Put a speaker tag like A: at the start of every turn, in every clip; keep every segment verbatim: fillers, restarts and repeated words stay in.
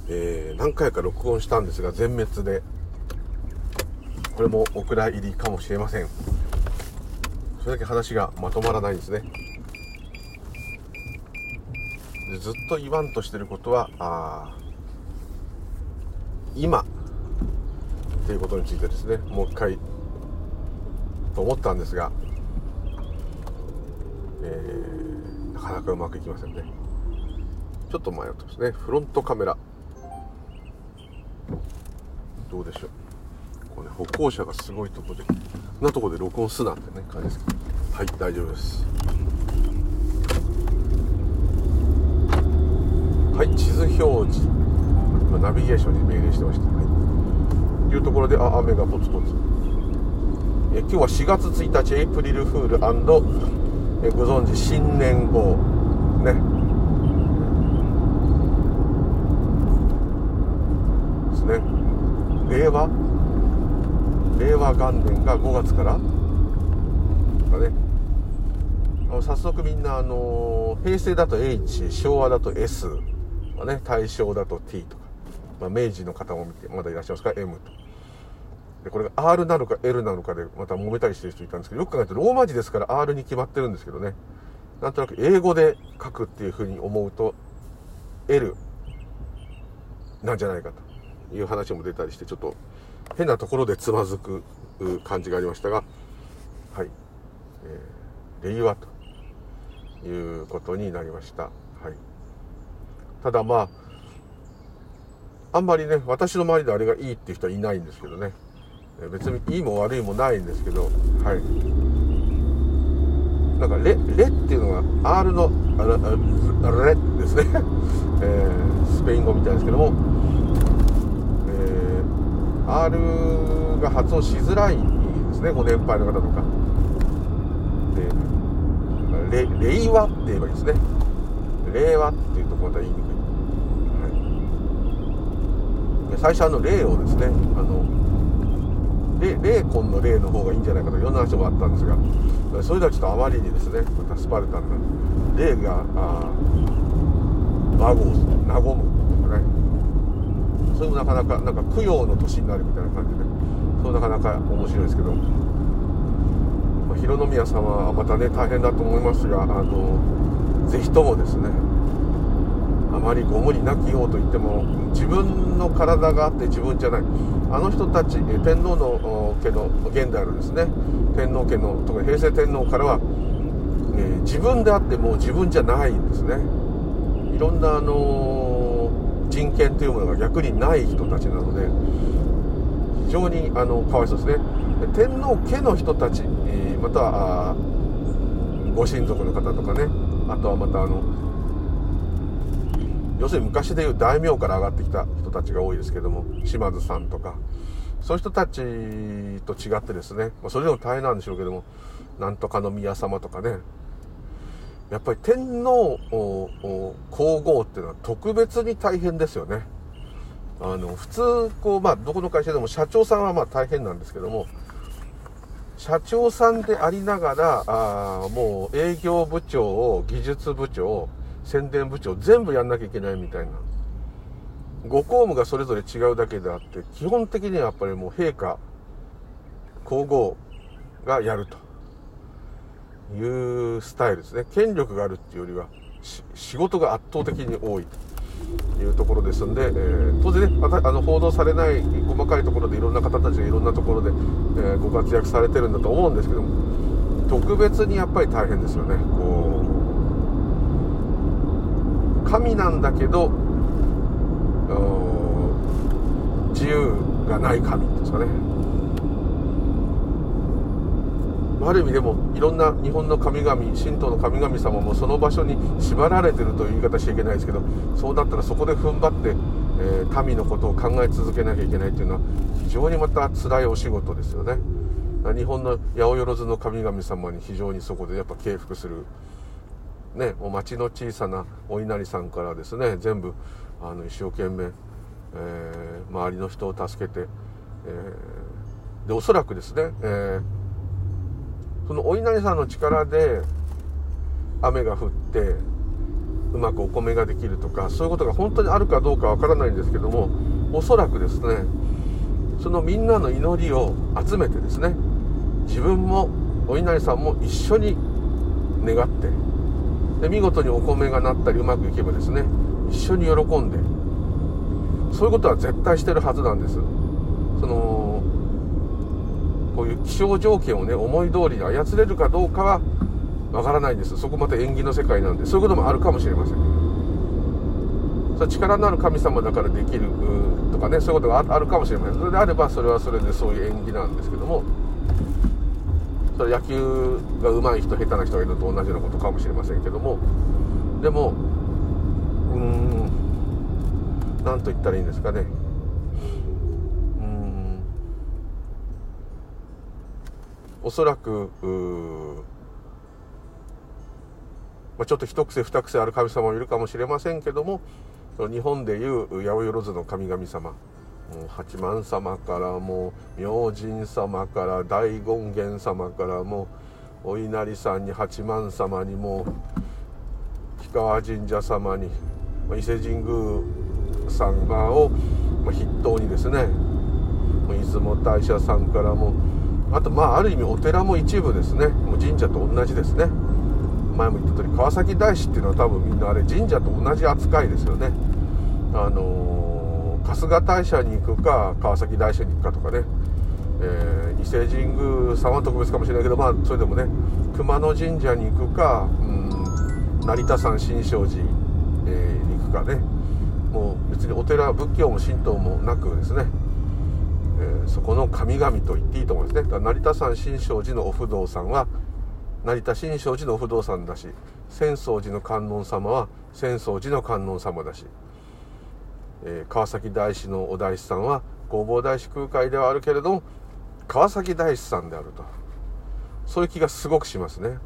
A: えー、何回か録音したんですが全滅で、これもお蔵入りかもしれません。それだけ話がまとまらないんですね。でずっと言わんとしてることはあ今っていうことについてですね、もう一回と思ったんですが、えー、なかなかうまくいきませんね。ちょっと迷ってますね。フロントカメラどうでしょう。これ、ね、歩行者がすごいとこでこんなとこで録音すなんてね感じですけど、はい、大丈夫です。はい、地図表示、今ナビゲーションに命令してました。はい、というところで、あ、雨がポツポツ。え今日はしがつついたち、エイプリルフール&えご存知新年号ねですね。令和令和元年がごがつからだね。あの早速みんなあの平成だと H、昭和だと S、ね、大正だと T とか、まあ、明治の方も見てまだいらっしゃいますか M と。でこれが R なのか L なのかでまた揉めたりしてる人いたんですけど、よく考えるとローマ字ですから R に決まってるんですけどね、なんとなく英語で書くっていう風に思うと L なんじゃないかという話も出たりして、ちょっと変なところでつまずく感じがありましたが、はい、えー、令和ということになりました。はい、ただまああんまりね、私の周りであれがいいっていう人はいないんですけどね、別にいいも悪いもないんですけど、はい、なんかレレっていうのが R のあらレですね、えー、スペイン語みたいですけども、えー、R が発音しづらいですね、ご年配の方とかで、レ令和って言えばいいですね。令和っていうとまた言いにくい、はい、最初あの令をですね、あのレーコンの例の方がいいんじゃないかといろんな話もあったんですが、それではちょっとあまりにですね、またスパルタンな例が和合する、和むとかね、それもなかなかなんか供養の年になるみたいな感じで、そうなかなか面白いですけど、まあ、広宮さんはまたね大変だと思いますが、あのぜひともですね、あまりご無理なきようと言っても自分の体があって自分じゃない、あの人たち天皇の家の現代のですね、天皇家の特に平成天皇からは、えー、自分であっても自分じゃないんですね。いろんな、あのー、人権というものが逆にない人たちなので非常にあのかわいそうですね。天皇家の人たち、えー、またはご親族の方とかね、あとはまたあの要するに昔でいう大名から上がってきた人たちが多いですけども、島津さんとかそういう人たちと違ってですね、それでも大変なんでしょうけども、なんとかの宮様とかね、やっぱり天皇皇后っていうのは特別に大変ですよね。あの普通こう、まあ、どこの会社でも社長さんはまあ大変なんですけども、社長さんでありながらあもう営業部長を技術部長宣伝部長全部やんなきゃいけないみたいな、ご公務がそれぞれ違うだけであって、基本的にはやっぱりもう陛下皇后がやるというスタイルですね。権力があるっていうよりは仕事が圧倒的に多いというところですので、えー、当然ね、またあの報道されない細かいところでいろんな方たちがいろんなところで、えー、ご活躍されてるんだと思うんですけども、特別にやっぱり大変ですよね。こう神なんだけど自由がない神ですかね。ある意味でもいろんな日本の神々、神道の神々様もその場所に縛られてるという言い方しちゃいけないですけど、そうだったらそこで踏ん張って、えー、民のことを考え続けなきゃいけないというのは非常にまた辛いお仕事ですよね。日本の八百万の神々様に非常にそこでやっぱ敬服するね、もう町の小さなお稲荷さんからですね、全部あの一生懸命、えー、周りの人を助けて、えー、でおそらくですね、えー、そのお稲荷さんの力で雨が降ってうまくお米ができるとか、そういうことが本当にあるかどうかわからないんですけども、おそらくですね、そのみんなの祈りを集めてですね、自分もお稲荷さんも一緒に願って、で見事にお米がなったりうまくいけばですね、一緒に喜んで、そういうことは絶対してるはずなんです。そのこういう気象条件をね、思い通りに操れるかどうかはわからないんです。そこまた縁起の世界なんで、そういうこともあるかもしれません。それ力のある神様だからできるとかね、そういうことがあるかもしれません。それであればそれはそれでそういう縁起なんですけども、それ野球が上手い人下手な人がいるのと同じようなことかもしれませんけども、でもうーん何と言ったらいいんですかね、うーんおそらくまあ、ちょっと一癖二癖ある神様もいるかもしれませんけども、日本でいう八百万の神々様、もう八幡様からもう明神様から大権現様からもうお稲荷さんに八幡様にも氷川神社様に伊勢神宮様を筆頭にですね、出雲大社さんからも、あとまあある意味お寺も一部ですね、もう神社と同じですね。前も言った通り川崎大師っていうのは多分みんなあれ神社と同じ扱いですよね。あのー、春日大社に行くか川崎大社に行くかとかね、えー、伊勢神宮さんは特別かもしれないけど、まあそれでもね、熊野神社に行くか、うん、成田山新勝寺、えー、に行くかね、もう別にお寺仏教も神道もなくですね、えー、そこの神々と言っていいと思いますね。だから成田山新勝寺のお不動産は成田新勝寺のお不動産だし、浅草寺の観音様は浅草寺の観音様だし、えー、川崎大師のお大師さんは弘法大師空海ではあるけれども川崎大師さんであると、そういう気がすごくしますね。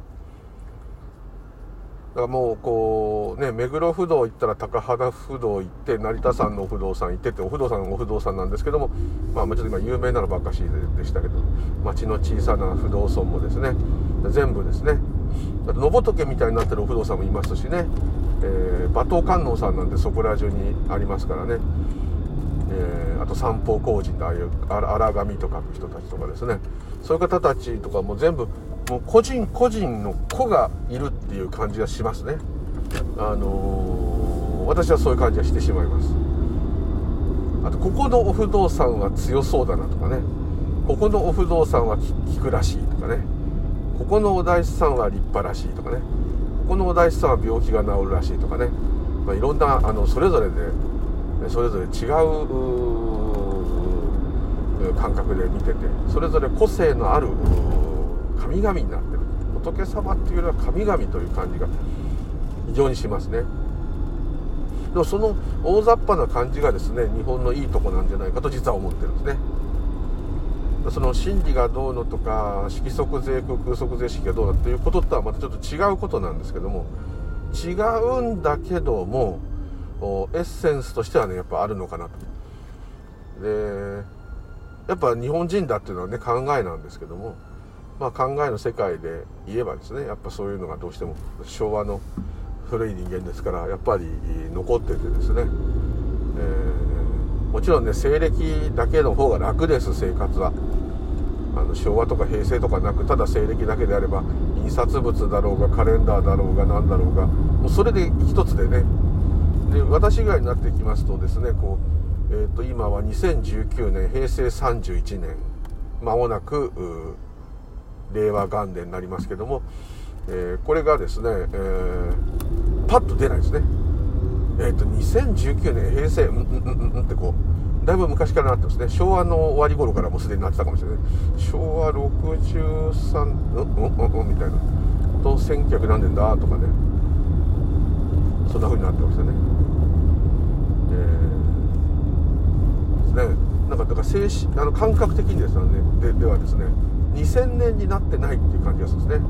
A: だからもうこうね、目黒不動行ったら高幡不動行って、成田山のお不動産行ってって、お不動産のお不動産なんですけども、まあもちろん今有名なのばっかしでしたけど、町の小さな不動尊もですね、全部ですね、あと野仏みたいになってるお不動産もいますしね、えー、馬頭観音さんなんてそこら中にありますからね、えー、あと三方高人でああいう荒神とかの人たちとかですね、そういう方たちとかも全部もう個人個人の子がいるっていう感じがしますね。あのー、私はそういう感じがしてしまいます。あとここのお不動産は強そうだなとかね、ここのお不動産は効くらしいとかね、ここのお大師さんは立派らしいとかね、ここのお大師さんは病気が治るらしいとかね、まあ、いろんなあのそれぞれでそれぞれ違う感覚で見てて、それぞれ個性のある神々になってる、仏様っていうよりは神々という感じが非常にしますね。でもその大雑把な感じがですね、日本のいいとこなんじゃないかと実は思ってるんですね。その真理がどうのとか色即税空空即税式がどうのということとはまたちょっと違うことなんですけども、違うんだけどもエッセンスとしてはね、やっぱあるのかなと。でやっぱ日本人だっていうのはね考えなんですけども、まあ、考えの世界で言えばですね、やっぱそういうのがどうしても昭和の古い人間ですからやっぱり残っててですね、えー、もちろんね西暦だけの方が楽です。生活はあの昭和とか平成とかなく、ただ西暦だけであれば印刷物だろうがカレンダーだろうが何だろうがもうそれで一つでね。で私以外になってきますとですね、こう、えー、と今はにせんじゅうきゅうねん平成さんじゅういちねん間もなく令和元年になりますけども、えー、これがですね、えー、パッと出ないですね。えっとにせんじゅうきゅうねん平成うんうんうんうんってこうだいぶ昔からなってますね。昭和の終わり頃からもうすでになってたかもしれない。昭和ろくじゅうさんうんうんうんうんみたいなとせんきゅうひゃく何年だとかね、そんな風になってましたね。えー、ですね。なんかだから精神あの感覚的にですね、でではですねにせんねんになってないっていう感じがするんですね。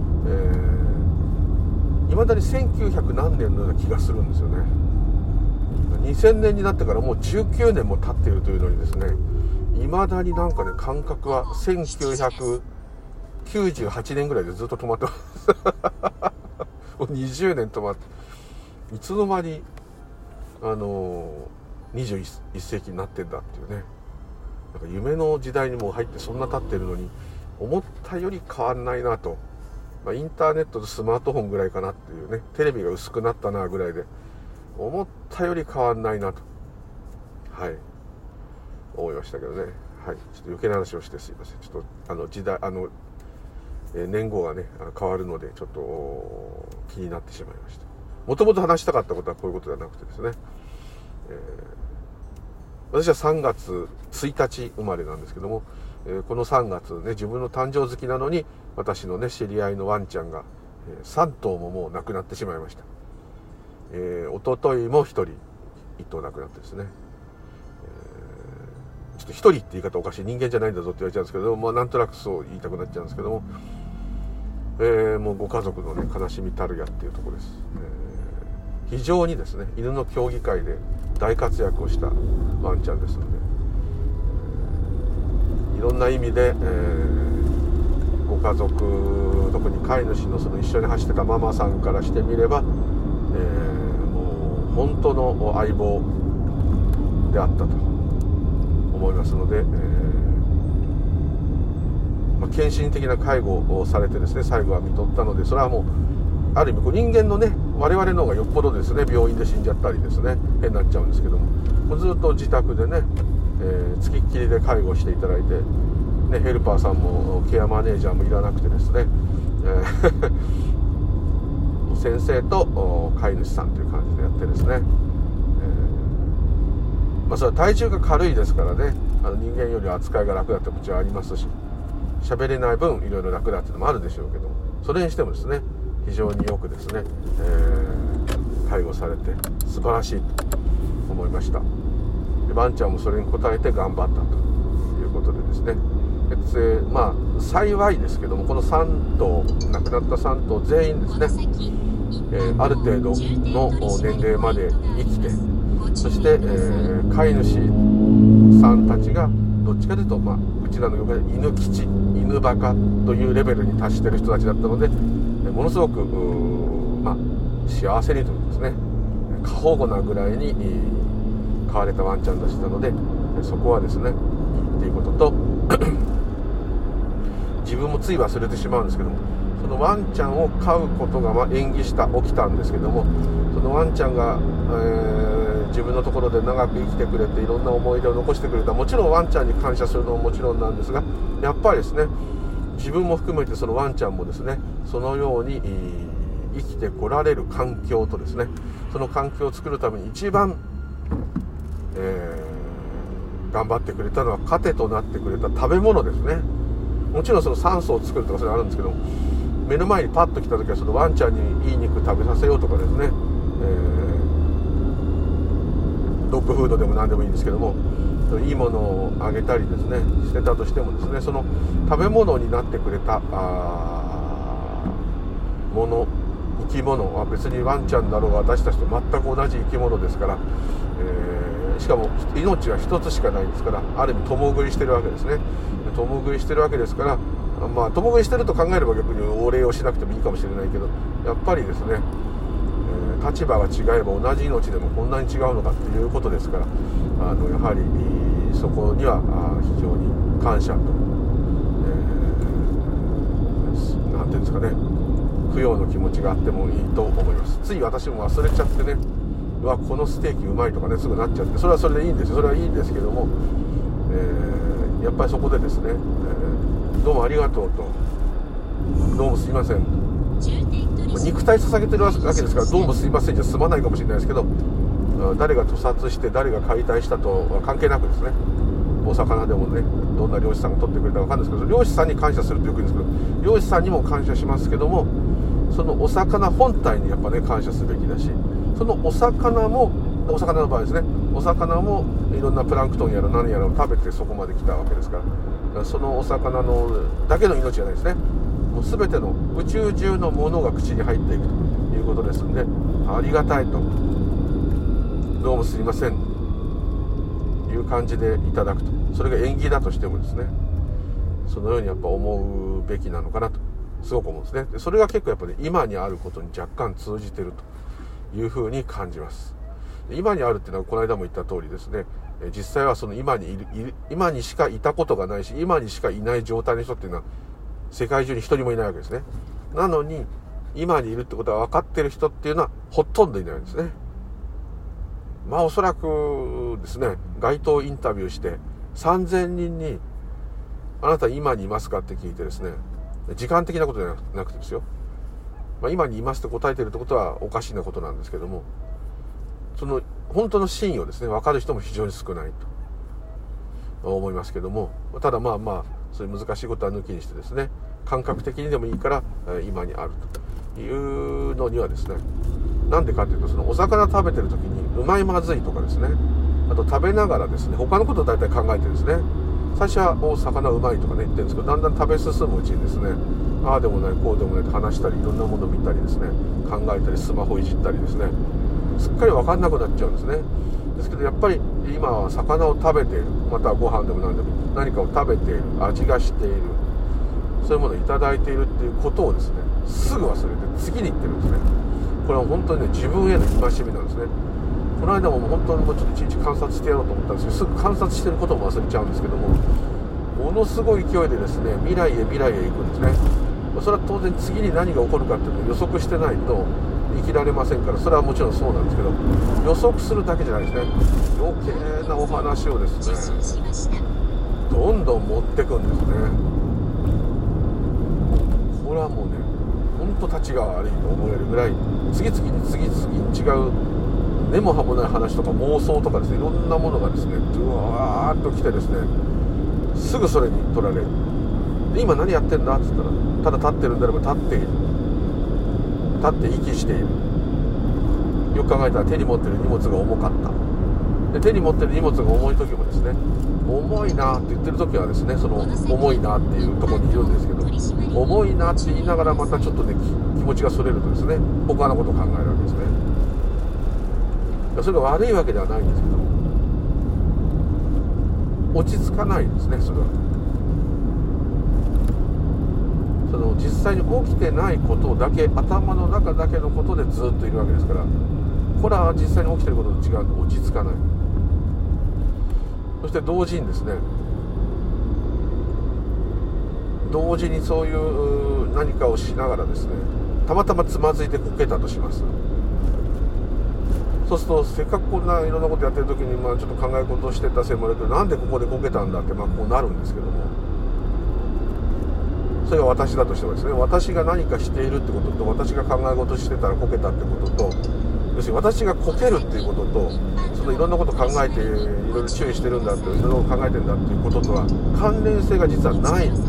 A: いまだにせんきゅうひゃく何年のような気がするんですよね。にせんねんになってからもうじゅうきゅうねんも経っているというのにですね、いまだになんかね感覚はせんきゅうひゃくきゅうじゅうはちねんぐらいでずっと止まってますもうにじゅうねん止まって、 いつの間にあのにじゅういっ世紀になってんだっていうね、なんか夢の時代にもう入ってそんな経ってるのに思ったより変わんないなと、まあ、インターネットとスマートフォンぐらいかなっていうね、テレビが薄くなったなぐらいで思ったより変わんないなと、はい思いましたけどね。はい、ちょっと余計な話をしてすいません。ちょっとあの時代あの、えー、年号がね変わるのでちょっと気になってしまいました。もともと話したかったことはこういうことではなくてですね、えー、私はさんがつついたち生まれなんですけども、えー、このさんがつね、自分の誕生月なのに私のね知り合いのワンちゃんが、えー、さんとうももう亡くなってしまいました。えー、一昨日もひとりいっとう亡くなってですね、ちょっと一人って言い方おかしい、人間じゃないんだぞって言われちゃうんですけど、まあなんとなくそう言いたくなっちゃうんですけども、えー、もうご家族のね悲しみたるやっていうところです。えー、非常にですね犬の競技会で大活躍をしたワンちゃんですので、えー、いろんな意味で、えー、ご家族、特に飼い主のその一緒に走ってたママさんからしてみれば、えー、もう本当の相棒であったと思いますので、えーまあ、献身的な介護をされてですね、最後は看取ったので、それはもうある意味こう人間のね我々の方がよっぽどですね、病院で死んじゃったりですね変になっちゃうんですけども、もうずっと自宅でね、えー、付きっきりで介護していただいて、ね、ヘルパーさんもケアマネージャーもいらなくてですね、えー、先生と飼い主さんという感じでやってですね、まあ、それは体重が軽いですからね、あの人間より扱いが楽だってもちろんありますし、喋れない分いろいろ楽だっていうのもあるでしょうけど、それにしてもですね非常によくですね、えー、介護されて素晴らしいと思いました。でワンちゃんもそれに応えて頑張ったということでですね、えー、まあ幸いですけども、このさんとう亡くなったさんとう全員ですね、えー、ある程度の年齢まで生きて、そして、えー、飼い主さんたちがどっちかというと、まあ、うちらの業界で犬吉、犬バカというレベルに達している人たちだったので、ものすごく、まあ、幸せにというですね、過保護なぐらいに飼われたワンちゃんたちなので、そこはですねいいっていうことと自分もつい忘れてしまうんですけども、そのワンちゃんを飼うことが、まあ、演技した起きたんですけども、そのワンちゃんが、えー、自分のところで長く生きてくれていろんな思い出を残してくれた、もちろんワンちゃんに感謝するのももちろんなんですが、やっぱりですね自分も含めてそのワンちゃんもですねそのように生きてこられる環境とですね、その環境を作るために一番、えー、頑張ってくれたのは糧となってくれた食べ物ですね。もちろんその酸素を作るとかそれあるんですけど、目の前にパッと来た時はそのワンちゃんにいい肉食べさせようとかですね、えー、ドッグフードでも何でもいいんですけども、いいものをあげたりですねしてたとしてもですね、その食べ物になってくれたあもの、生き物は別にワンちゃんだろうが私たちと全く同じ生き物ですから、えー、しかも命は一つしかないんですから、ある意味共食いしてるわけですね。共食いしてるわけですから、まあ共食いしてると考えれば逆にお礼をしなくてもいいかもしれないけど、やっぱりですね、えー、立場が違えば同じ命でもこんなに違うのかっていうことですから、あのやはりそこには非常に感謝と、えー、なんていうんですかね、供養の気持ちがあってもいいと思います。つい私も忘れちゃってね、うわこのステーキうまいとかねすぐなっちゃって、それはそれでいいんですよ。それはいいんですけども、えー、やっぱりそこでですね、えー、どうもありがとうと、どうもすいません、肉体捧げてるわけですから、どうもすいませんじゃ済まないかもしれないですけど、誰が屠殺して誰が解体したとは関係なくですね、お魚でもねどんな漁師さんが取ってくれたか分かんないですけど、漁師さんに感謝するとよく言うんですけど、漁師さんにも感謝しますけども、そのお魚本体にやっぱね感謝すべきだし、そのお魚もお魚の場合ですね、お魚もいろんなプランクトンやら何やらを食べてそこまで来たわけですから、そのお魚のだけの命じゃないですね、もう全ての宇宙中のものが口に入っていくということですので、ありがたいと、どうもすいませんいう感じでいただくと、それが縁起だとしてもですね、そのようにやっぱ思うべきなのかなとすごく思うんですね。でそれが結構やっぱり、ね、今にあることに若干通じてるというふうに感じます。今にあるっていうのはこの間も言った通りですね、実際はその今にいる、いる今にしかいたことがないし、今にしかいない状態の人っていうのは世界中に一人もいないわけですね。なのに今にいるってことが分かってる人っていうのはほとんどいないんですね。まあおそらくですね、街頭インタビューしてさんぜんにんにあなた今にいますかって聞いてですね、時間的なことじゃなくてですよ、まあ、今にいますと答えているってことはおかしなことなんですけども、その本当の真意をですね分かる人も非常に少ないと思いますけども、ただまあまあそういう難しいことは抜きにしてですね、感覚的にでもいいから今にあるというのにはですね、なんでかというと、そのお魚食べてる時にうまいまずいとかですね、あと食べながらですね他のことを大体考えてですね、最初はお魚うまいとかね言ってるんですけど、だんだん食べ進むうちにですね、ああでもないこうでもないと話したり、いろんなものを見たりですね、考えたりスマホいじったりですね、すっかり分かんなくなっちゃうんですね。ですけどやっぱり今は魚を食べている、またはご飯でも何でも何かを食べている、味がしている、そういうものをいただいているっていうことをですねすぐ忘れて次に行ってるんですね。これは本当にね自分への戒めなんですね。この間も本当にもうちょっと一日観察してやろうと思ったんですけど、すぐ観察してることも忘れちゃうんですけども、ものすごい勢いでですね未来へ未来へ行くんですね。それは当然次に何が起こるかっていうのを予測してないと生きられませんから、それはもちろんそうなんですけど、予測するだけじゃないですね、余計なお話をですねどんどん持ってくんですね。これはもうね本当立ちが悪いと思えるぐらい次々に次々に違う根も葉もない話とか妄想とかですね、いろんなものがですねドワーッと来てですね、すぐそれに取られる。で今何やってんだって言ったら、ただ立ってるんであれば立っている、立って息している。よく考えたら手に持ってる荷物が重かった。で手に持ってる荷物が重い時もですね、重いなって言ってる時はですね、その重いなっていうところにいるんですけど、重いなって言いながらまたちょっとね気持ちがそれるとですね、他のことを考えるわけですね。それが悪いわけではないんですけど、落ち着かないですね。それはその実際に起きてないことだけ、頭の中だけのことでずっといるわけですから、これは実際に起きてることと違うと落ち着かない。そして同時にですね、同時にそういう何かをしながらですね、たまたまつまずいてこけたとします。そうするとせっかくこんないろんなことやってる時に、まあちょっと考え事をしてたせいもあるけど、なんでここでこけたんだって、まあこうなるんですけども、それが私だとしてもですね、私が何かしているってことと、私が考え事してたらこけたってことと、要するに私がこけるっていうことと、そのいろんなこと考えていろいろ注意してるんだって、いろいろ考えてるんだっていうこととは関連性が実はないんです。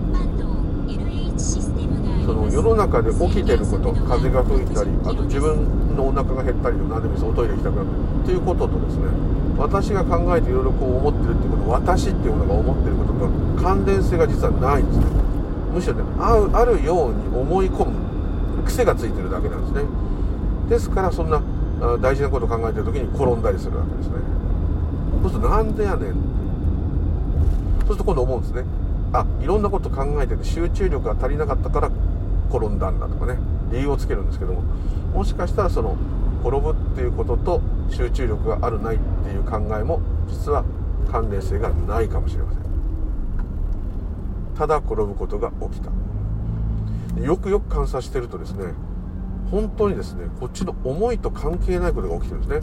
A: その世の中で起きてること、風が吹いたり、あと自分のお腹が減ったりとか、何でもいいです、おトイレ行きたくなるっていうこととですね、私が考えていろいろこう思ってるっていうこと、私っていうものが思ってることと関連性が実はないんですね。むしろね、ある、あるように思い込む癖がついてるだけなんですね。ですからそんな大事なことを考えてる時に転んだりするわけですね。そうするとなんでやねん、そうすると今度思うんですね。あ、いろんなこと考えてて集中力が足りなかったから転んだんだとかね、理由をつけるんですけども、もしかしたらその転ぶっていうことと集中力があるないっていう考えも実は関連性がないかもしれません。ただ転ぶことが起きた。よくよく観察してるとですね、本当にですね、こっちの思いと関係ないことが起きてるんですね。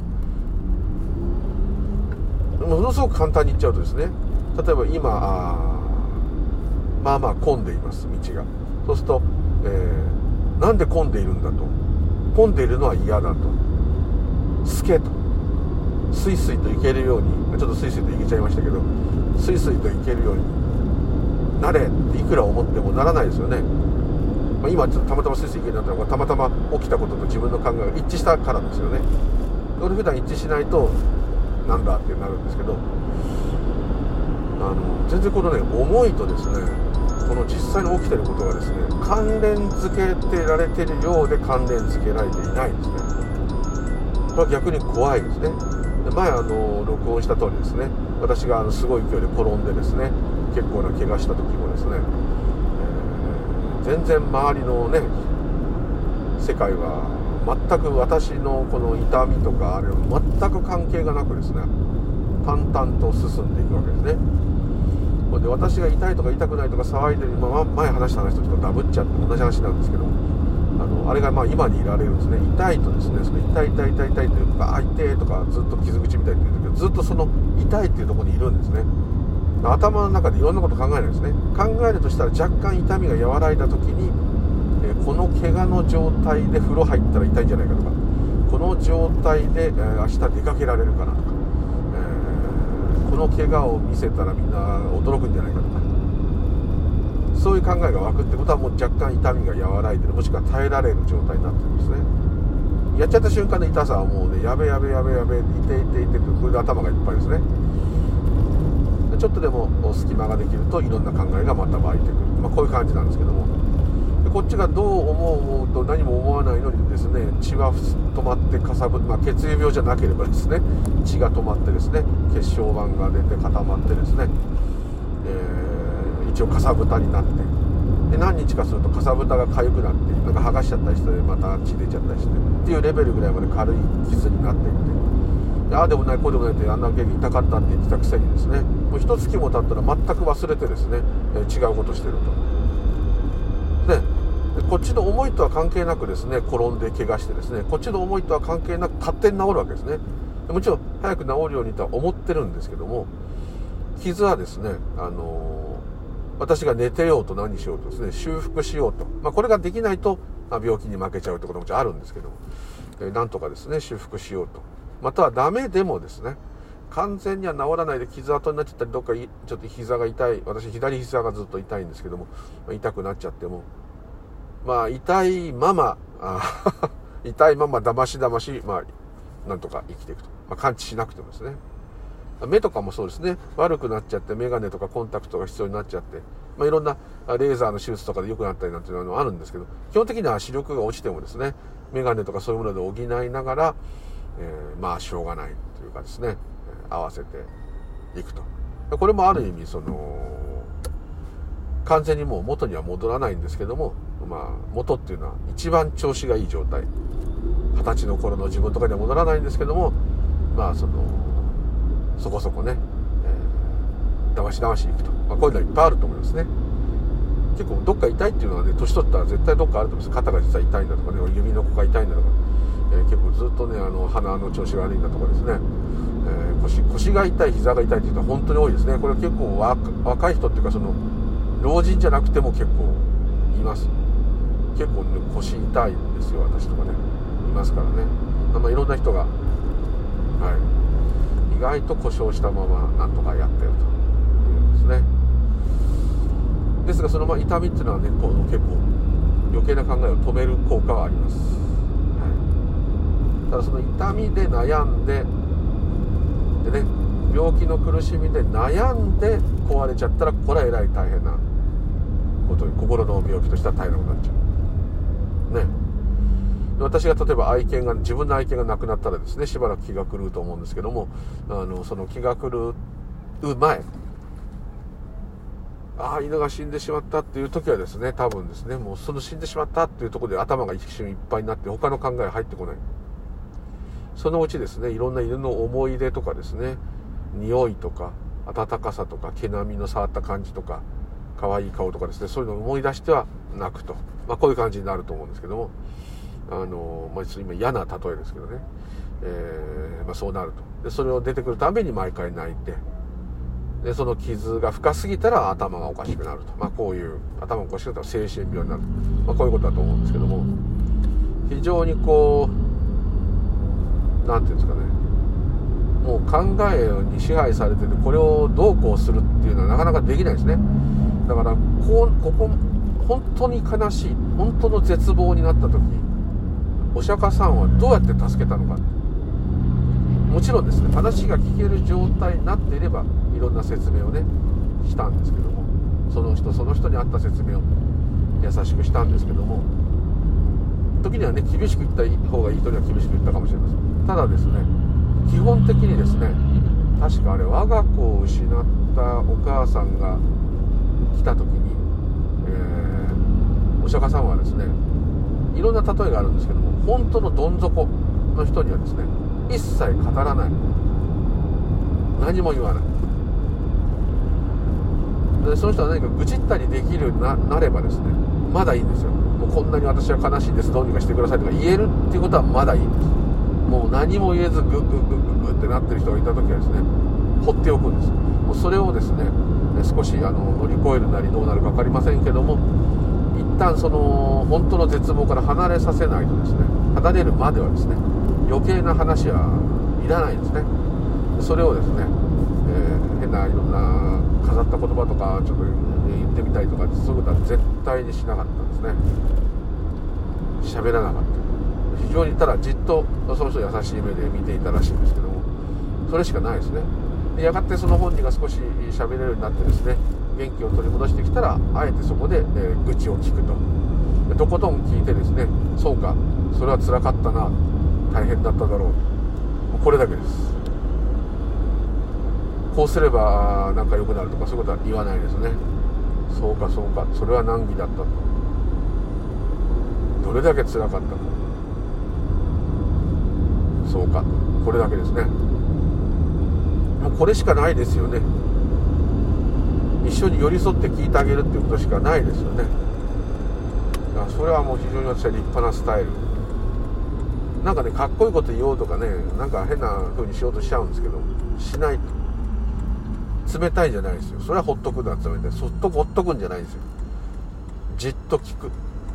A: ものすごく簡単に言っちゃうとですね、例えば今あまあまあ混んでいます、道が。そうすると、えー、なんで混んでいるんだと、混んでいるのは嫌だと、すけと、スイスイと行けるように、ちょっとスイスイと行けちゃいましたけど、スイスイと行けるようになれっていくら思ってもならないですよね。まあ、今ちょっとたまたまスイスイ行けるようになったのがたまたま起きたことと自分の考えが一致したからですよね。これ普段一致しないとなんだってなるんですけど、あの全然このね思いとですね、この実際に起きてることがですね、関連付けてられてるようで関連付けられていないんですね。これは逆に怖いですね。で前あの録音した通りですね、私があのすごい勢いで転んでですね、結構な怪我した時もですね、えー、全然周りのね世界は全く私のこの痛みとかあれは全く関係がなくですね、淡々と進んでいくわけですね。で私が痛いとか痛くないとか騒いでる、まあ、前話した話とちょっとダブっちゃって同じ話なんですけど、あのあれがまあ今にいられるんですね。痛いとですね、その痛い痛い痛い痛いっていうか、あ痛いとかずっと傷口みたいに言うけど、ずっとその痛いっていうところにいるんですね。頭の中でいろんなこと考えないですね。考えるとしたら若干痛みが和らいだ時に、えー、この怪我の状態で風呂入ったら痛いんじゃないかとか、この状態で、えー、明日出かけられるかなとか、えー、この怪我を見せたらみんな驚くんじゃないかとか、そういう考えが湧くってことはもう若干痛みが和らいでる、もしくは耐えられる状態になってるんですね。やっちゃった瞬間の痛さはもうね、やべやべやべやべ、いていていてって、これで頭がいっぱいですね。ちょっとでも隙間ができるといろんな考えがまた湧いてくる、まあ、こういう感じなんですけども、でこっちがどう思うと何も思わないのにですね、血は止まってかさぶ、まあ、血液病じゃなければですね、血が止まってですね、血小板が出て固まってですね、えー、一応かさぶたになって、で何日かするとかさぶたが痒くなって、なんか剥がしちゃったりしてまた血出ちゃったりしてっていうレベルぐらいまで軽い傷になっていって、ああでもないこうでもないってあんなけ痛かったって言ってたくせにですね、もう一月も経ったら全く忘れてですね、えー、違うことしてると。でこっちの思いとは関係なくですね、転んで怪我してですね、こっちの思いとは関係なく勝手に治るわけですね。もちろん早く治るようにとは思ってるんですけども、傷はですね、あのー、私が寝てようと何しようとですね、修復しようと、まあ、これができないと、まあ、病気に負けちゃうってこともあるんですけども、えー、なんとかですね修復しようと、またはダメでもですね、完全には治らないで傷跡になっちゃったり、どっかちょっと膝が痛い、私左膝がずっと痛いんですけども、痛くなっちゃっても、まあ痛いままあ痛いままだましだまし、まあなんとか生きていくと、まあ、完治しなくてもですね。目とかもそうですね、悪くなっちゃってメガネとかコンタクトが必要になっちゃって、まあ、いろんなレーザーの手術とかで良くなったりなんていうのはあるんですけど、基本的には視力が落ちてもですね、メガネとかそういうもので補いながら、えー、まあしょうがないというかですね、合わせていくと。これもある意味その完全にもう元には戻らないんですけども、まあ元っていうのは一番調子がいい状態、二十歳の頃の自分とかには戻らないんですけども、まあそのそこそこね、えー、だましだましいくと、まあ、こういうのいっぱいあると思いますね。結構どっか痛いっていうのはね、年取ったら絶対どっかあると思います。肩が実は痛いんだとかね、指のここが痛いんだとか、えー、結構ずっとね、あの鼻の調子が悪いんだとかですね、えー、腰, 腰が痛い、膝が痛いっていうのは本当に多いですね。これは結構 若, 若い人っていうか、その老人じゃなくても結構います。結構、ね、腰痛いんですよ、私とかね、いますからね。まあ、いろんな人が、はい、意外と故障したままなんとかやってるというんですね。ですがそのまあ痛みっていうのはね、この結構余計な考えを止める効果はあります。はい、ただその痛みで悩んででね、病気の苦しみで悩んで壊れちゃったら、これはえらい大変なことに、心の病気としては大変なことになっちゃうね。私が例えば愛犬が自分の愛犬が亡くなったらですね、しばらく気が狂うと思うんですけども、あのその気が狂う前、ああ犬が死んでしまったっていう時はですね、多分ですね、もうその死んでしまったっていうところで頭が一瞬いっぱいになって、他の考えが入ってこない。そのうちですね、いろんな犬の思い出とかですね、匂いとか温かさとか毛並みの触った感じとか可愛い顔とかですね、そういうのを思い出しては泣くと、まあ、こういう感じになると思うんですけども、あの、まあ、今嫌な例えですけどね、えーまあ、そうなると。でそれを出てくるたびに毎回泣いて、でその傷が深すぎたら頭がおかしくなると、まあ、こういう頭がおかしくなったら精神病になると、まあ、こういうことだと思うんですけども、非常にこうなんていうんですかね、もう考えに支配されてて、これをどうこうするっていうのはなかなかできないですね。だからこうここ本当に悲しい、本当の絶望になった時、お釈迦さんはどうやって助けたのか。もちろんですね、話が聞ける状態になっていればいろんな説明をねしたんですけども、その人その人に合った説明を優しくしたんですけども、時にはね厳しく言った方がいい人には厳しく言ったかもしれません。ただですね、基本的にですね、確かあれ我が子を失ったお母さんが来た時に、えー、お釈迦さんはですね、 いろんな例えがあるんですけども、本当のどん底の人にはですね、一切語らない、何も言わないで、その人は何か愚痴ったりできるように な, なればですね、まだいいんですよ。もうこんなに私は悲しいです、どうにかしてくださいとか言えるっていうことはまだいいんです。もう何も言えずグッグッグッグッグッってなってる人がいた時はですね、放っておくんです。もうそれをですね、少しあの乗り越えるなりどうなるか分かりませんけども、一旦その本当の絶望から離れさせないとですね、離れるまではですね、余計な話はいらないですね。それをですね、えー、変ないろんな飾った言葉とかちょっと言ってみたりとか、そういうことは絶対にしなかったんですね。喋らなかった。非常にただじっとその人優しい目で見ていたらしいんですけども、それしかないですね。でやがてその本人が少し喋れるようになってですね、元気を取り戻してきたら、あえてそこで、えー、愚痴を聞くと、でとことん聞いてですね、そうか、それは辛かったな、大変だっただろう、これだけです。こうすればなんか良くなるとかそういうことは言わないですね。そうかそうか、それは難儀だったと、どれだけ辛かったか、そうか、これだけですね。もうこれしかないですよね。一緒に寄り添って聞いてあげるっていうことしかないですよね。だからそれはもう非常に私は立派なスタイル。なんかね、かっこいいこと言おうとかね、なんか変な風にしようとしちゃうんですけど、しないと。冷たいんじゃないですよ。それはほっとくだ、冷たい。そっとほっとくんじゃないんですよ。じっと聞く。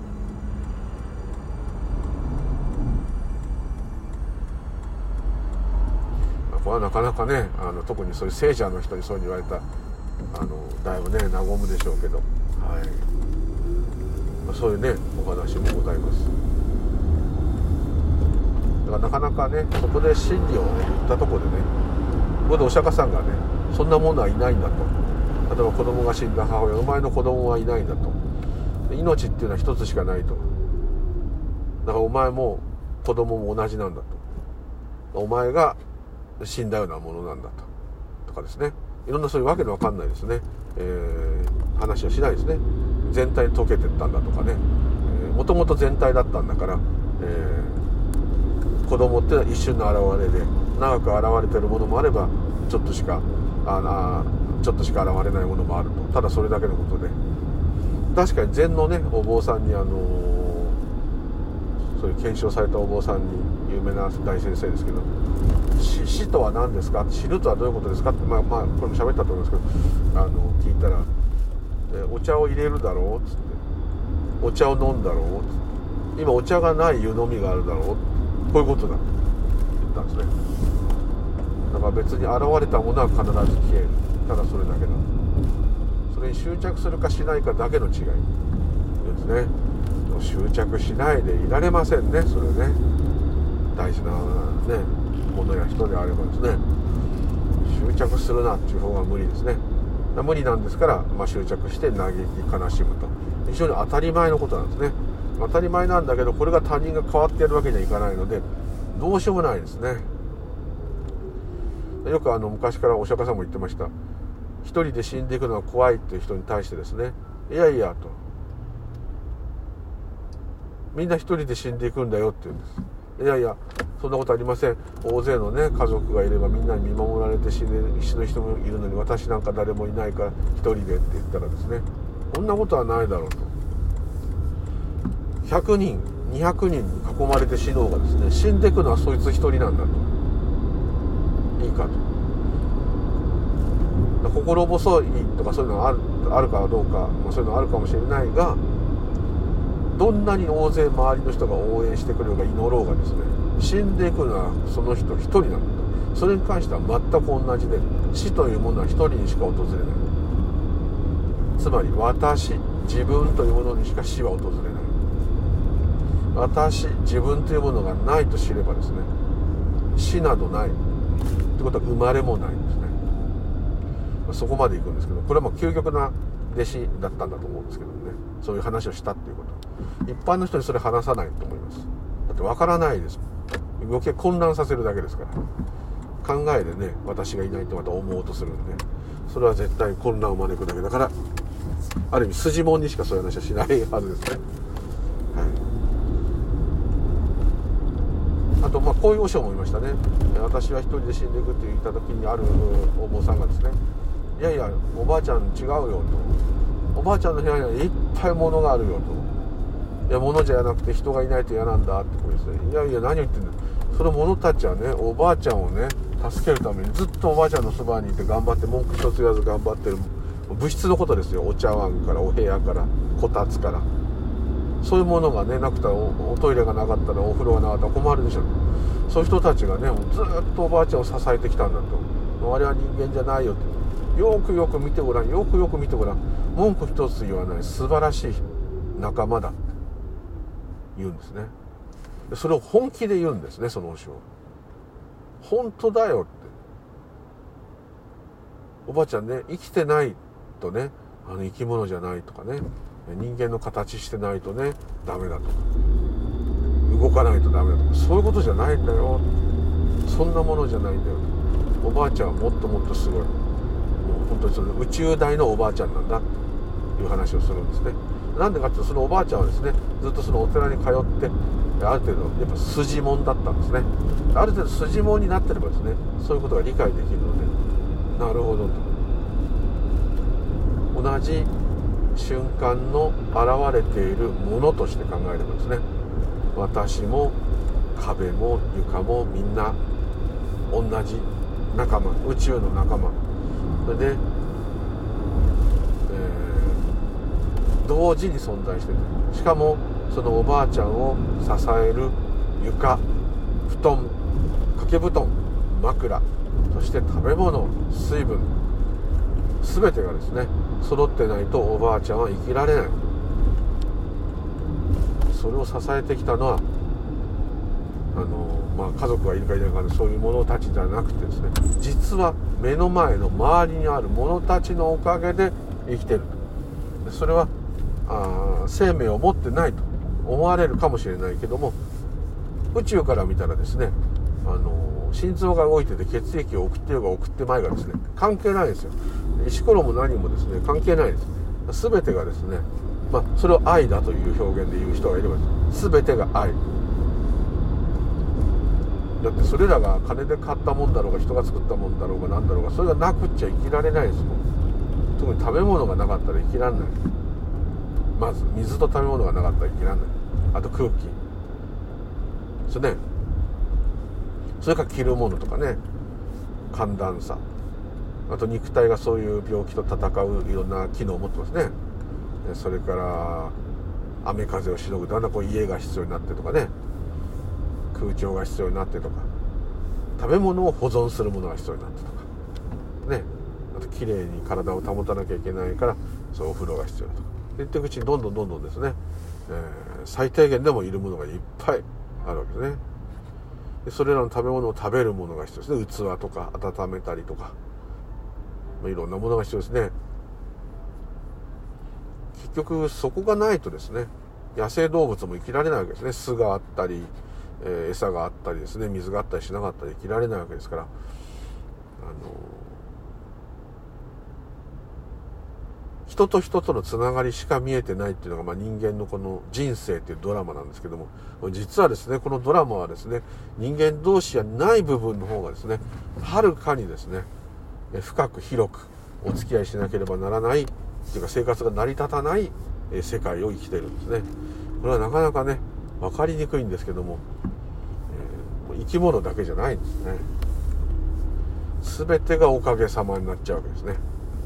A: これはなかなかね、あの特にそういう聖者の人にそうに言われた、あのだいぶね和むでしょうけど、はい、まあ、そういうねお話もございます。だからなかなかね、そこで真理を、ね、言ったところでね、ここでお釈迦さんがね、そんなものはいないんだと。例えば子供が死んだ母親、お前の子供はいないんだと。命っていうのは一つしかないと。だからお前も子供も同じなんだと。お前が死んだようなものなんだと。とかですね。いろんなそういうわけのわかんないですね、えー、話をしないですね。全体に溶けてったんだとかね。もともと全体だったんだから、えー、子供っていうのは一瞬の現れで、長く現れてるものもあれば、ちょっとしかあちょっとしか現れないものもあると。ただそれだけのことで、確かに禅のねお坊さんに、あのー、そういう検証されたお坊さんに、有名な大先生ですけど、死, 死とは何ですか、死ぬとはどういうことですかって、まあまあこれも喋ったと思いますけど、あの聞いたら、お茶を入れるだろうっつって、お茶を飲んだろうっつって、今お茶がない湯飲みがあるだろう、こういうことだって言ったんですね。だから別に現れたものは必ず消える、ただそれだけだ。それに執着するかしないかだけの違いですね。執着しないでいられませんね。それね、大事なねものや人であればですね、執着するなっていう方が無理ですね。無理なんですから、まあ、執着して嘆き悲しむと、非常に当たり前のことなんですね。当たり前なんだけど、これが他人が変わってやるわけにはいかないので、どうしようもないですね。よくあの昔からお釈迦さんも言ってました。一人で死んでいくのは怖いっていう人に対してですね、いやいやと、みんな一人で死んでいくんだよって言うんです。いやいや、そんなことありません。大勢のね家族がいればみんなに見守られて死ぬ死ぬ人もいるのに、私なんか誰もいないから一人でって言ったらですね、そんなことはないだろうと。ひゃくにんにひゃくにんに囲まれて死のうがですね、死んでいくのはそいつ一人なんだと。いいかと。心細いとかそういうのがある、あるかどうか、まあ、そういうのがあるかもしれないが、どんなに大勢周りの人が応援してくれるか祈ろうがですね、死んでいくのはその人一人なんだと。それに関しては全く同じで、死というものは一人にしか訪れない。つまり私、自分というものにしか死は訪れない。私、自分というものがないと知ればですね、死などないってことは生まれもないんですね。そこまで行くんですけど、これはもう究極な弟子だったんだと思うんですけどね、そういう話をしたっていうこと、一般の人にそれ話さないと思います。だって分からないですもん。余計混乱させるだけですから。考えでね、私がいないとまた思おうとするんで、それは絶対混乱を招くだけだから、ある意味筋もんにしかそういう話はしないはずですね。はい。 と、まあ、こういう和尚もいましたね。私は一人で死んでいくって言った時に、あるお坊さんがですね、いやいやおばあちゃん違うよと、おばあちゃんの部屋にはいっぱい物があるよと、いや物じゃなくて人がいないと嫌なんだってこうですね、いやいや何言ってんだ、その者たちはね、おばあちゃんをね助けるためにずっとおばあちゃんのそばにいて頑張って、文句一つ言わず頑張ってる物質のことですよ。お茶碗からお部屋からこたつから、そういうものがねなくたら お, おトイレがなかったらお風呂がなかったら困るでしょ。そういう人たちがねずっとおばあちゃんを支えてきたんだと、あれは人間じゃないよって、よくよく見てごらん、よくよく見てごらん、文句一つ言わない素晴らしい仲間だって言うんですね。それを本気で言うんですね、その和尚。本当だよって、おばあちゃんね生きてないとね、あの生き物じゃないとかね、人間の形してないとねダメだとか、動かないとダメだとか、そういうことじゃないんだよ、そんなものじゃないんだよと、おばあちゃんはもっともっとすごい、もう本当にその宇宙大のおばあちゃんなんだという話をするんですね。なんでかっていうと、そのおばあちゃんはですねずっとそのお寺に通ってある程度やっぱ筋もんだったんですね。ある程度筋もんになってればですね、そういうことが理解できるので、なるほどと、同じ瞬間の現れているものとして考えればですね、私も壁も床もみんな同じ仲間、宇宙の仲間、それで、えー、同時に存在している。しかもそのおばあちゃんを支える床、布団、掛け布団、枕、そして食べ物、水分、全てがですね揃ってないとおばあちゃんは生きられない。それを支えてきたのはあの、まあ、家族がいるかいないかのそういう者たちじゃなくてですね、実は目の前の周りにある者たちのおかげで生きてると。それはあ生命を持ってないと思われるかもしれないけども、宇宙から見たらですね、あの心臓が動いてて血液を送ってようが送ってまいがですね関係ないですよ。石ころも何もですね関係ないです。全てがですね、まあそれを愛だという表現で言う人がいれば、全てが愛だって、それらが金で買ったもんだろうが人が作ったもんだろうが何だろうが、それがなくっちゃ生きられないですもん。特に食べ物がなかったら生きられない。まず水と食べ物がなかったら生きられない。あと空気ですね。それから着るものとかね、寒暖差、あと肉体がそういう病気と戦ういろんな機能を持ってますね。それから雨風をしのぐだんだんこう家が必要になってとかね、空調が必要になってとか、食べ物を保存するものが必要になってとかね、あときれいに体を保たなきゃいけないからそうお風呂が必要だとか言っていくうちにどんどんどんどんですね、えー、最低限でもいるものがいっぱいあるわけですね。でそれらの食べ物を食べるものが必要ですね。器とか温めたりとか、まあ、いろんなものが必要ですね。結局そこがないとですね、野生動物も生きられないわけですね。巣があったり、えー、餌があったりですね、水があったりしなかったり生きられないわけですから、あの人と人とのつながりしか見えてないっていうのが、まあ、人間のこの人生っていうドラマなんですけども、実はですねこのドラマはですね、人間同士じゃない部分の方がですねはるかにですね深く広くお付き合いしなければならないっていうか、生活が成り立たない世界を生きているんですね。これはなかなかね分かりにくいんですけども、えー、生き物だけじゃないんですね。全てがおかげさまになっちゃうわけですね。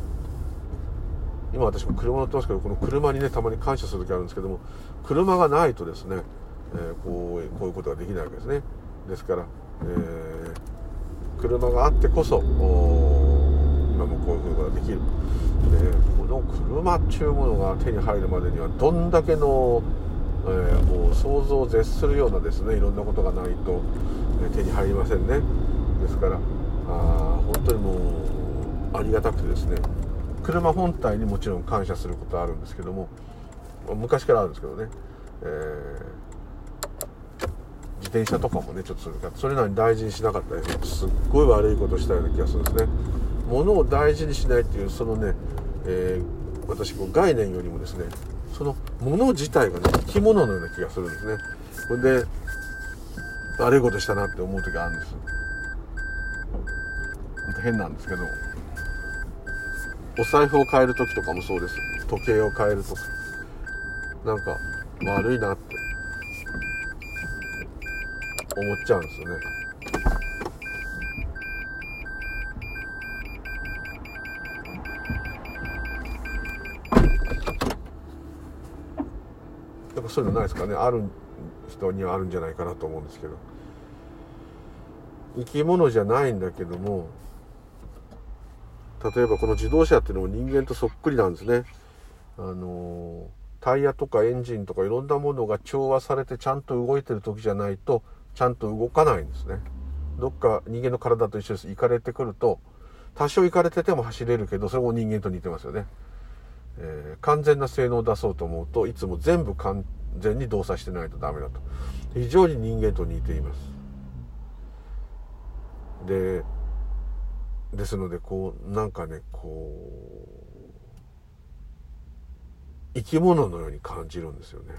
A: 今私も車乗ってますけど、この車にねたまに感謝する時あるんですけども、車がないとですね、えー、こう、こういうことができないわけですね。ですから、えー、車があってこそ今もこういうことができる。でこの車っていうものが手に入るまでにはどんだけの、えー、もう想像を絶するようなですねいろんなことがないと、えー、手に入りませんね。ですからあ本当にもうありがたくてですね、車本体にもちろん感謝することはあるんですけども、昔からあるんですけどね、えー、自転車とかもねちょっとそれなりに大事にしなかったりすっごい悪いことしたような気がするんですね。物を大事にしないっていうそのね、えー、私こう概念よりもですね、その物自体がね生き物のような気がするんですね。これで悪いことしたなって思う時があるんです。ほんと変なんですけど、お財布を変える時とかもそうです。時計を変えるとか、なんか悪いなって思っちゃうんですよね。なんかそういうのないですかね。ある人にはあるんじゃないかなと思うんですけど、生き物じゃないんだけども、例えばこの自動車っていうのも人間とそっくりなんですね。あのタイヤとかエンジンとかいろんなものが調和されてちゃんと動いてる時じゃないとちゃんと動かないんですね。どっか人間の体と一緒です。イカれてくると多少イカれてても走れるけど、それも人間と似てますよね。えー、完全な性能を出そうと思うといつも全部完全に動作してないとダメだと。非常に人間と似ています。でですのでこうなんかね、こう生き物のように感じるんですよね。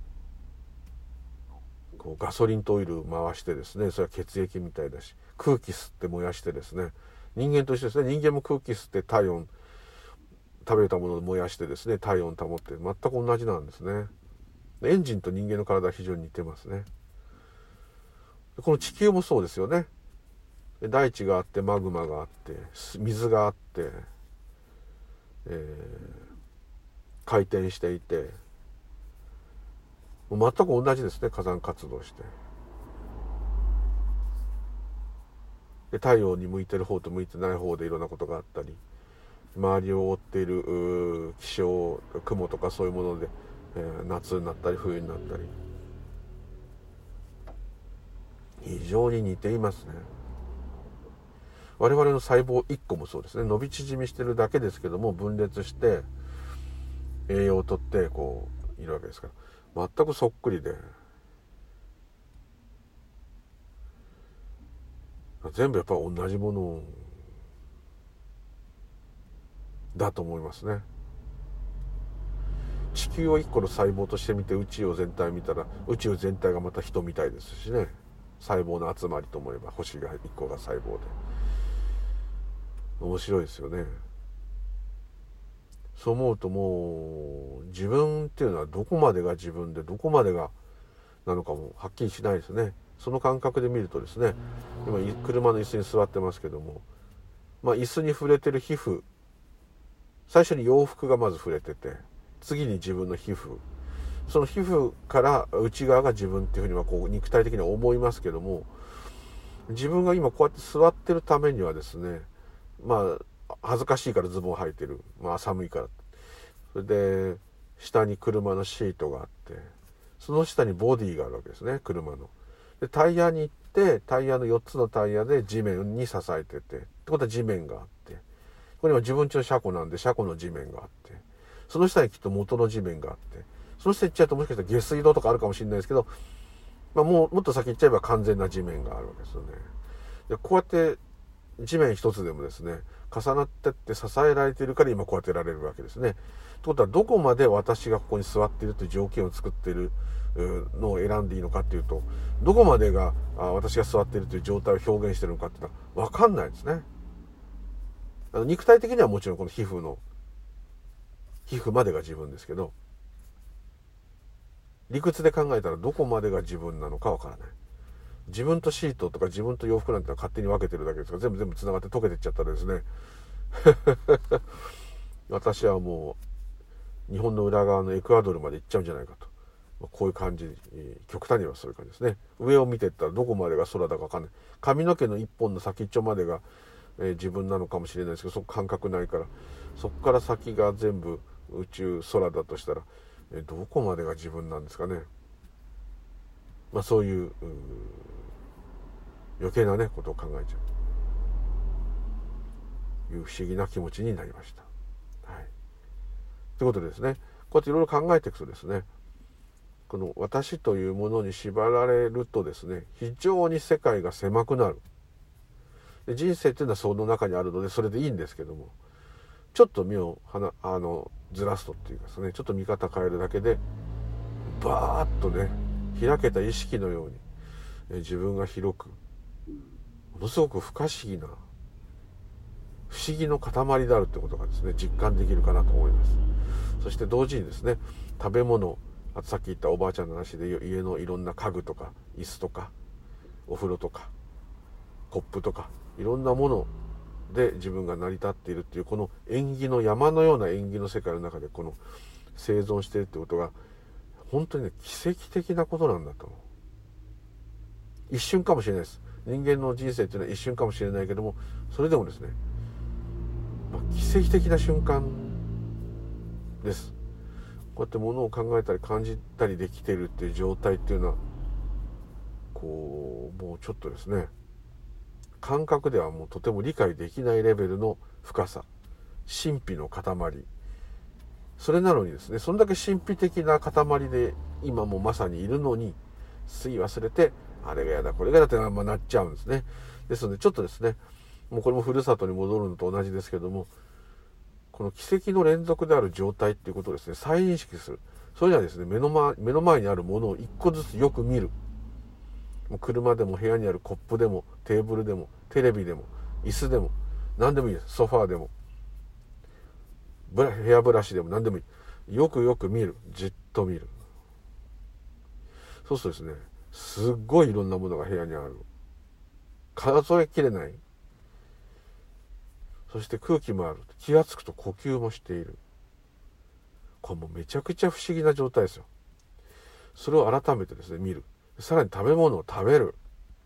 A: こうガソリンとオイル回してですね、それは血液みたいだし、空気吸って燃やしてですね、人間と一緒ですね。人間も空気吸って体温、食べたものを燃やしてですね、体温保って全く同じなんですね。エンジンと人間の体は非常に似てますね。この地球もそうですよね。大地があって、マグマがあって、水があって、えー、回転していて、もう全く同じですね。火山活動して、で太陽に向いてる方と向いてない方でいろんなことがあったり、周りを覆っている気象、雲とかそういうもので、えー、夏になったり冬になったり、非常に似ていますね。我々の細胞いっこもそうですね。伸び縮みしてるだけですけども、分裂して栄養をとってこういるわけですから、全くそっくりで、全部やっぱり同じものだと思いますね。地球を一個の細胞として見て宇宙を全体見たら、宇宙全体がまた人みたいですしね。細胞の集まりと思えば星がいっこが細胞で面白いですよね。そう思うともう自分っていうのはどこまでが自分でどこまでがなのかもはっきりしないですね。その感覚で見るとですね、今車の椅子に座ってますけども、まあ椅子に触れてる皮膚、最初に洋服がまず触れてて、次に自分の皮膚、その皮膚から内側が自分っていうふうにはこう肉体的には思いますけども、自分が今こうやって座ってるためにはですね、まあ恥ずかしいからズボン履いてる、まあ寒いから、それで下に車のシートがあって、その下にボディがあるわけですね、車の。でタイヤに行って、タイヤのよっつのタイヤで地面に支えてて、ってことは地面があって、これは自分家の車庫なんで車庫の地面があって、その下にきっと元の地面があって、その下行っちゃうともしかしたら下水道とかあるかもしれないですけど、まあ、もうもっと先行っちゃえば完全な地面があるわけですよね。でこうやって地面一つでもですね、重なってって支えられているから今こうやってられるわけですね。ということはどこまで私がここに座っているという条件を作っているのを選んでいいのかっていうと、どこまでが私が座っているという状態を表現しているのかっていうのは分かんないですね。あの肉体的にはもちろんこの皮膚の皮膚までが自分ですけど、理屈で考えたらどこまでが自分なのか分からない。自分とシートとか自分と洋服なんてのは勝手に分けてるだけですから、全部全部つながって溶けてっちゃったらですね私はもう日本の裏側のエクアドルまで行っちゃうんじゃないかと、こういう感じ、極端にはそういう感じですね。上を見ていったらどこまでが空だか分かんない。髪の毛の一本の先っちょまでが、えー、自分なのかもしれないですけど、そこ感覚ないから、そこから先が全部宇宙空だとしたら、えー、どこまでが自分なんですかね。まあそういう、う余計なねことを考えちゃういう不思議な気持ちになりました。はい。ということでですね、こうやっていろいろ考えていくとですね、この私というものに縛られるとですね、非常に世界が狭くなる。で人生っていうのはその中にあるのでそれでいいんですけども、ちょっと目をはなあのずらすとっていうかですね、ちょっと見方変えるだけでバーッとね、開けた意識のようにえ自分が広く、ものすごく不可思議な不思議の塊であるということがですね実感できるかなと思います。そして同時にですね、食べ物、あとさっき言ったおばあちゃんの話で家のいろんな家具とか椅子とかお風呂とかコップとかいろんなもので自分が成り立っているっていう、この縁起の山のような縁起の世界の中でこの生存しているってことが本当にね奇跡的なことなんだと。一瞬かもしれないです。人間の人生っていうのは一瞬かもしれないけども、それでもですね、まあ、奇跡的な瞬間です。こうやってものを考えたり感じたりできているっていう状態っていうのはこうもうちょっとですね、感覚ではもうとても理解できないレベルの深さ、神秘の塊。それなのにですね、そんだけ神秘的な塊で今もまさにいるのについ忘れて、あれがやだこれがやだってまあなっちゃうんですね。ですのでちょっとですね、もうこれもふるさとに戻るのと同じですけども、この奇跡の連続である状態っていうことをですね再認識する。それにはですね、目の前、目の前にあるものを一個ずつよく見る。もう車でも部屋にあるコップでもテーブルでもテレビでも椅子でも何でもいいです。ソファーでもブラヘアブラシでも何でもいい。よくよく見る。じっと見る。そうするとですね、すっごいいろんなものが部屋にある。数えきれない。そして空気もある。気がつくと呼吸もしている。これもうめちゃくちゃ不思議な状態ですよ。それを改めてですね見る。さらに食べ物を食べる。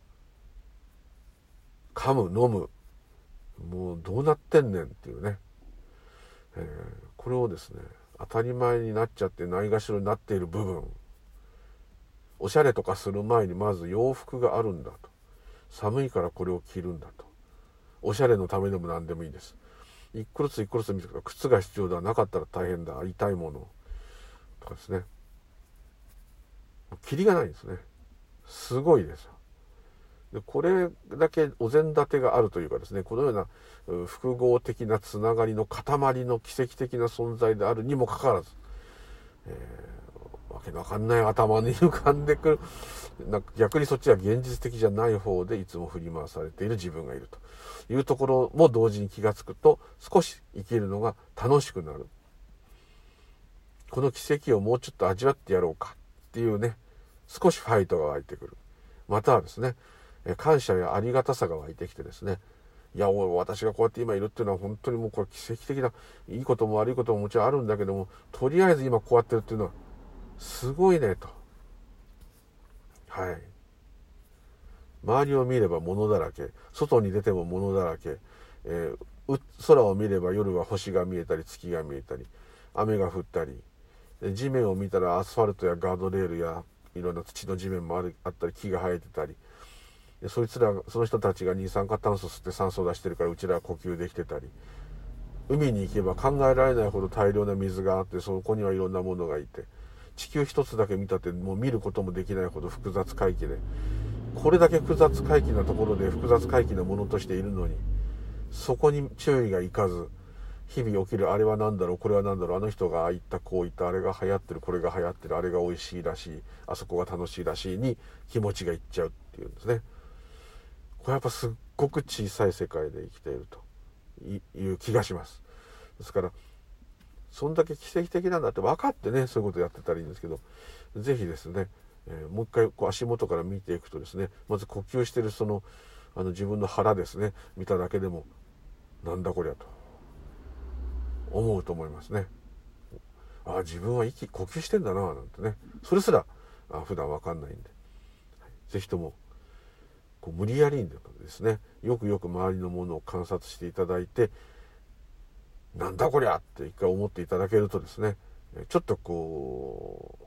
A: 噛む、飲む。もうどうなってんねんっていうね、えー、これをですね当たり前になっちゃってないがしろになっている部分、おしゃれとかする前にまず洋服があるんだと、寒いからこれを着るんだと、おしゃれのためでも何でもいいです。一個ずつ一個ずつ見てくる。靴が必要だ、なかったら大変だ、ありたいものとかですね、キリがないんですね。すごいですよ。でこれだけお膳立てがあるというかですね、このような複合的なつながりの塊の奇跡的な存在であるにもかかわらず、えー、わけのわかんない頭に浮かんでくる、なんか逆にそっちは現実的じゃない方でいつも振り回されている自分がいるというところも同時に気がつくと、少し生きるのが楽しくなる。この奇跡をもうちょっと味わってやろうかっていうね、少しファイトが湧いてくる。またはですね、感謝やありがたさが湧いてきてですね、いや私がこうやって今いるっていうのは本当にもうこれ奇跡的な、いいことも悪いことももちろんあるんだけども、とりあえず今こうやってるっていうのはすごいねと。はい。周りを見れば物だらけ、外に出ても物だらけ、えー、空を見れば夜は星が見えたり月が見えたり雨が降ったり、地面を見たらアスファルトやガードレールやいろんな土の地面もあるあったり木が生えてたり、そいつらその人たちが二酸化炭素吸って酸素を出してるからうちらは呼吸できてたり、海に行けば考えられないほど大量な水があって、そこにはいろんなものがいて、地球一つだけ見たってもう見ることもできないほど複雑回帰で、これだけ複雑回帰なところで複雑回帰なものとしているのに、そこに注意がいかず、日々起きるあれは何だろう、これは何だろう、あの人がああ言った、こう言った、あれが流行ってる、これが流行ってる、あれが美味しいらしい、あそこが楽しいらしいに気持ちがいっちゃうっていうんですね。これやっぱすっごく小さい世界で生きているという気がします。ですからそんだけ奇跡的なんだって分かってね、そういうことやってたらいいんですけど、ぜひですね、えー、もう一回こう足元から見ていくとですね、まず呼吸してるそのあの自分の腹ですね、見ただけでもなんだこりゃと思うと思いますね。ああ、自分は息呼吸してんだななんてね、それすらあ普段分かんないんで、はい、ぜひともこう無理やりにですね、よくよく周りのものを観察していただいて、なんだこりゃって一回思っていただけるとですね、ちょっとこ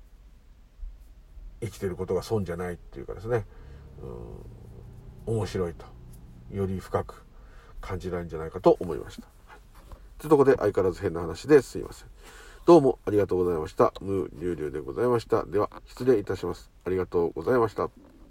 A: う生きてることが損じゃないっていうかですね、うん、面白いとより深く感じられるんじゃないかと思いました。はい、というところで相変わらず変な話ですいません。どうもありがとうございました。ムーリュウリュウでございました。では失礼いたします。ありがとうございました。